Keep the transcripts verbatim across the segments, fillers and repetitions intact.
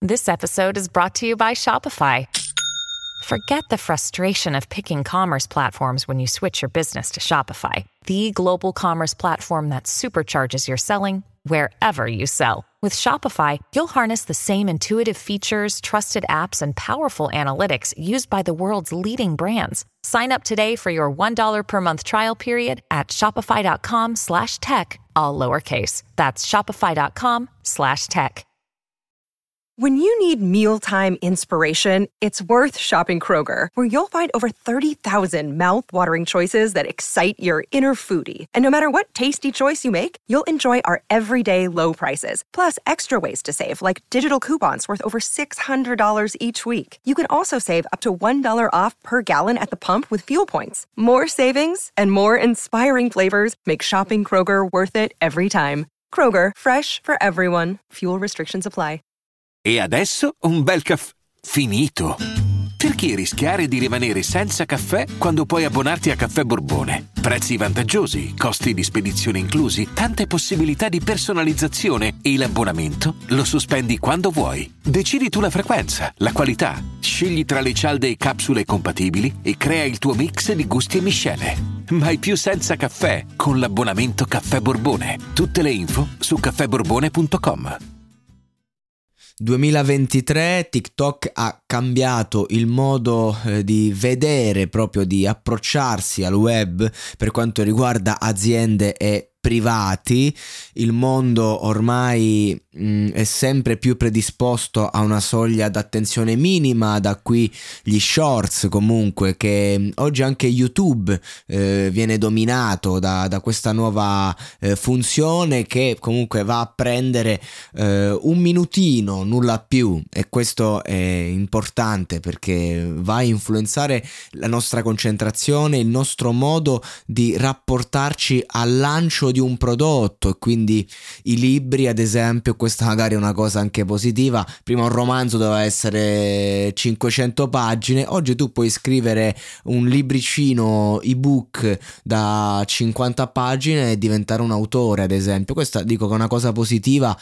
This episode is brought to you by Shopify. Forget the frustration of picking commerce platforms when you switch your business to Shopify, the global commerce platform that supercharges your selling wherever you sell. With Shopify, you'll harness the same intuitive features, trusted apps, and powerful analytics used by the world's leading brands. Sign up today for your one dollar per month trial period at shopify.com slash tech, all lowercase. That's shopify.com slash tech. When you need mealtime inspiration, it's worth shopping Kroger, where you'll find over thirty thousand mouth-watering choices that excite your inner foodie. And no matter what tasty choice you make, you'll enjoy our everyday low prices, plus extra ways to save, like digital coupons worth over six hundred dollars each week. You can also save up to one dollar off per gallon at the pump with fuel points. More savings and more inspiring flavors make shopping Kroger worth it every time. Kroger, fresh for everyone. Fuel restrictions apply. E adesso un bel caffè finito. Perché rischiare di rimanere senza caffè quando puoi abbonarti a Caffè Borbone? Prezzi vantaggiosi, costi di spedizione inclusi, tante possibilità di personalizzazione e l'abbonamento lo sospendi quando vuoi. Decidi tu la frequenza, la qualità, scegli tra le cialde e capsule compatibili e crea il tuo mix di gusti e miscele. Mai più senza caffè con l'abbonamento Caffè Borbone. Tutte le info su caffè borbone punto com. duemilaventitré, TikTok ha cambiato il modo eh, di vedere, proprio di approcciarsi al web per quanto riguarda aziende e privati. Il mondo ormai mh, è sempre più predisposto a una soglia d'attenzione minima, da qui gli shorts, comunque, che mh, oggi anche YouTube eh, viene dominato da, da questa nuova eh, funzione che comunque va a prendere eh, un minutino, nulla più, e questo è importante perché va a influenzare la nostra concentrazione, il nostro modo di rapportarci al lancio di un prodotto. E quindi i libri, ad esempio, questa magari è una cosa anche positiva. Prima un romanzo doveva essere cinquecento pagine, oggi tu puoi scrivere un libricino ebook da cinquanta pagine e diventare un autore, ad esempio. Questa dico che è una cosa positiva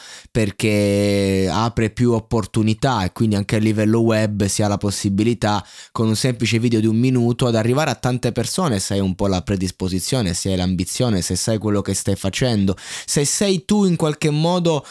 perché apre più opportunità, e quindi anche a livello web si ha la possibilità, con un semplice video di un minuto, ad arrivare a tante persone se hai un po' la predisposizione, se hai l'ambizione, se sai quello che stai facendo, se sei tu in qualche modo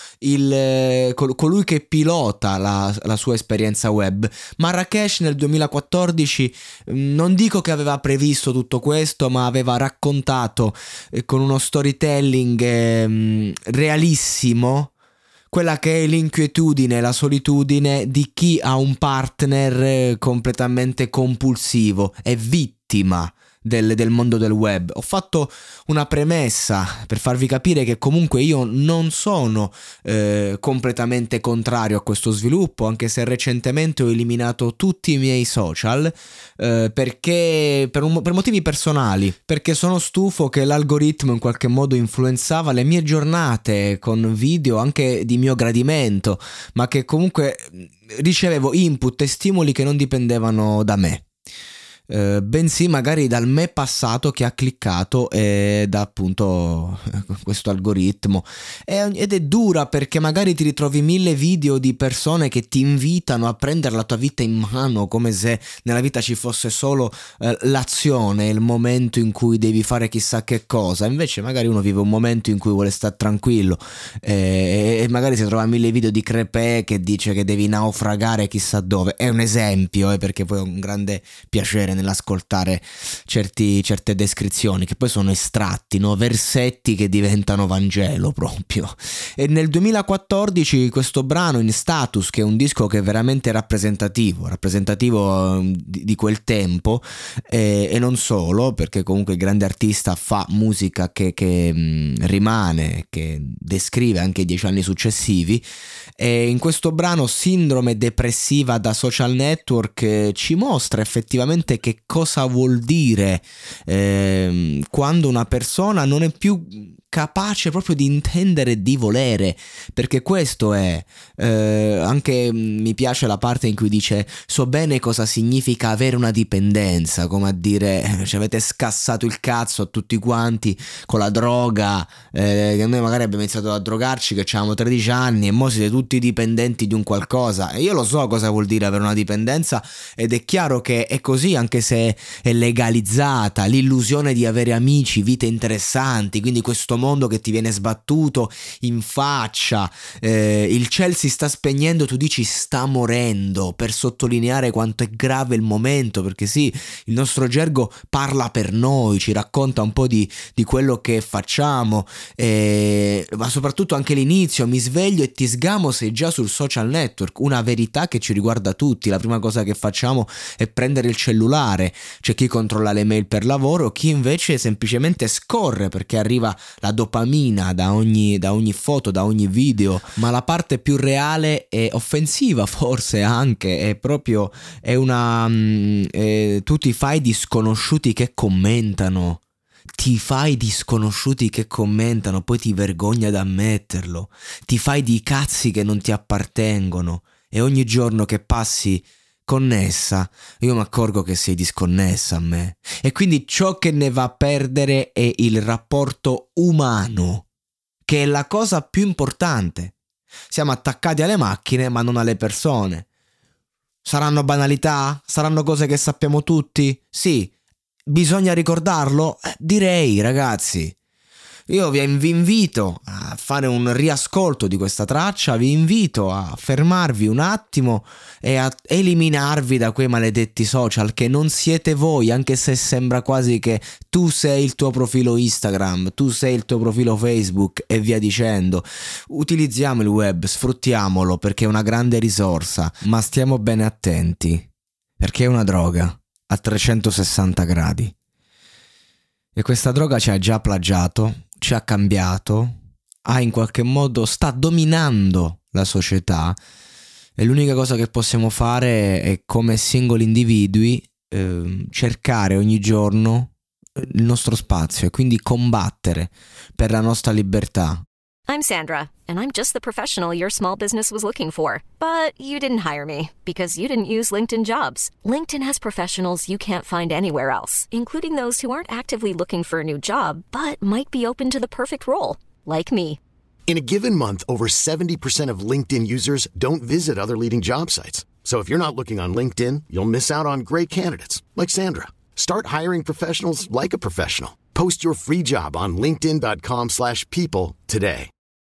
il col, colui che pilota la, la sua esperienza web. Marrakesh nel duemilaquattordici non dico che aveva previsto tutto questo, ma aveva raccontato eh, con uno storytelling eh, realissimo quella che è l'inquietudine, la solitudine di chi ha un partner eh, completamente compulsivo, è vittima Del, del mondo del web. Ho fatto una premessa per farvi capire che comunque io non sono eh, completamente contrario a questo sviluppo, anche se recentemente ho eliminato tutti i miei social eh, perché per, un, per motivi personali, perché sono stufo che l'algoritmo in qualche modo influenzava le mie giornate con video anche di mio gradimento, ma che comunque ricevevo input e stimoli che non dipendevano da me. Uh, bensì magari dal me passato che ha cliccato e da appunto questo algoritmo, e, ed è dura perché magari ti ritrovi mille video di persone che ti invitano a prendere la tua vita in mano, come se nella vita ci fosse solo uh, l'azione, il momento in cui devi fare chissà che cosa. Invece magari uno vive un momento in cui vuole stare tranquillo e, e magari si trova mille video di crepè che dice che devi naufragare chissà dove. È un esempio, eh, perché poi ho un grande piacere nell'ascoltare certi, certe descrizioni che poi sono estratti, no? Versetti che diventano Vangelo proprio. E nel duemilaquattordici questo brano in Status, che è un disco che è veramente rappresentativo rappresentativo di, di quel tempo, e, e non solo, perché comunque il grande artista fa musica che, che mh, rimane, che descrive anche i dieci anni successivi. E in questo brano Sindrome depressiva da social network eh, ci mostra effettivamente che cosa vuol dire eh, quando una persona non è più capace proprio di intendere e di volere, perché questo è eh, anche mi piace la parte in cui dice so bene cosa significa avere una dipendenza, come a dire ci avete scassato il cazzo a tutti quanti con la droga, eh, che noi magari abbiamo iniziato a drogarci che avevamo tredici anni e mo siete tutti dipendenti di un qualcosa. E io lo so cosa vuol dire avere una dipendenza ed è chiaro che è così, anche se è legalizzata l'illusione di avere amici, vite interessanti, quindi questo mondo che ti viene sbattuto in faccia, eh, il ciel si sta spegnendo, tu dici sta morendo, per sottolineare quanto è grave il momento, perché sì, il nostro gergo parla per noi, ci racconta un po' di, di quello che facciamo, eh, ma soprattutto anche l'inizio, mi sveglio e ti sgamo, sei già sul social network, una verità che ci riguarda tutti. La prima cosa che facciamo è prendere il cellulare, c'è chi controlla le mail per lavoro, chi invece semplicemente scorre perché arriva la dopamina da ogni, da ogni foto, da ogni video. Ma la parte più reale e offensiva forse anche è proprio è una mh, è, tu ti fai di sconosciuti che commentano ti fai di sconosciuti che commentano, poi ti vergogni ad ammetterlo, ti fai di cazzi che non ti appartengono e ogni giorno che passi connessa io mi accorgo che sei disconnessa a me, e quindi ciò che ne va a perdere è il rapporto umano, che è la cosa più importante. Siamo attaccati alle macchine ma non alle persone. Saranno banalità? Saranno cose che sappiamo tutti? Sì. Bisogna ricordarlo? Eh, direi, ragazzi. Io vi invito a fare un riascolto di questa traccia, vi invito a fermarvi un attimo e a eliminarvi da quei maledetti social che non siete voi, anche se sembra quasi che tu sei il tuo profilo Instagram, tu sei il tuo profilo Facebook e via dicendo. Utilizziamo il web, sfruttiamolo perché è una grande risorsa, ma stiamo bene attenti perché è una droga a trecentosessanta gradi. E questa droga ci ha già plagiato, ci ha cambiato, ha in qualche modo sta dominando la società, e l'unica cosa che possiamo fare è, come singoli individui, eh, cercare ogni giorno il nostro spazio e quindi combattere per la nostra libertà. I'm Sandra, and I'm just the professional your small business was looking for. But you didn't hire me because you didn't use LinkedIn Jobs. LinkedIn has professionals you can't find anywhere else, including those who aren't actively looking for a new job, but might be open to the perfect role, like me. In a given month, over seventy percent of LinkedIn users don't visit other leading job sites. So if you're not looking on LinkedIn, you'll miss out on great candidates, like Sandra. Start hiring professionals like a professional. Post your free job on linkedin dot com slash people today.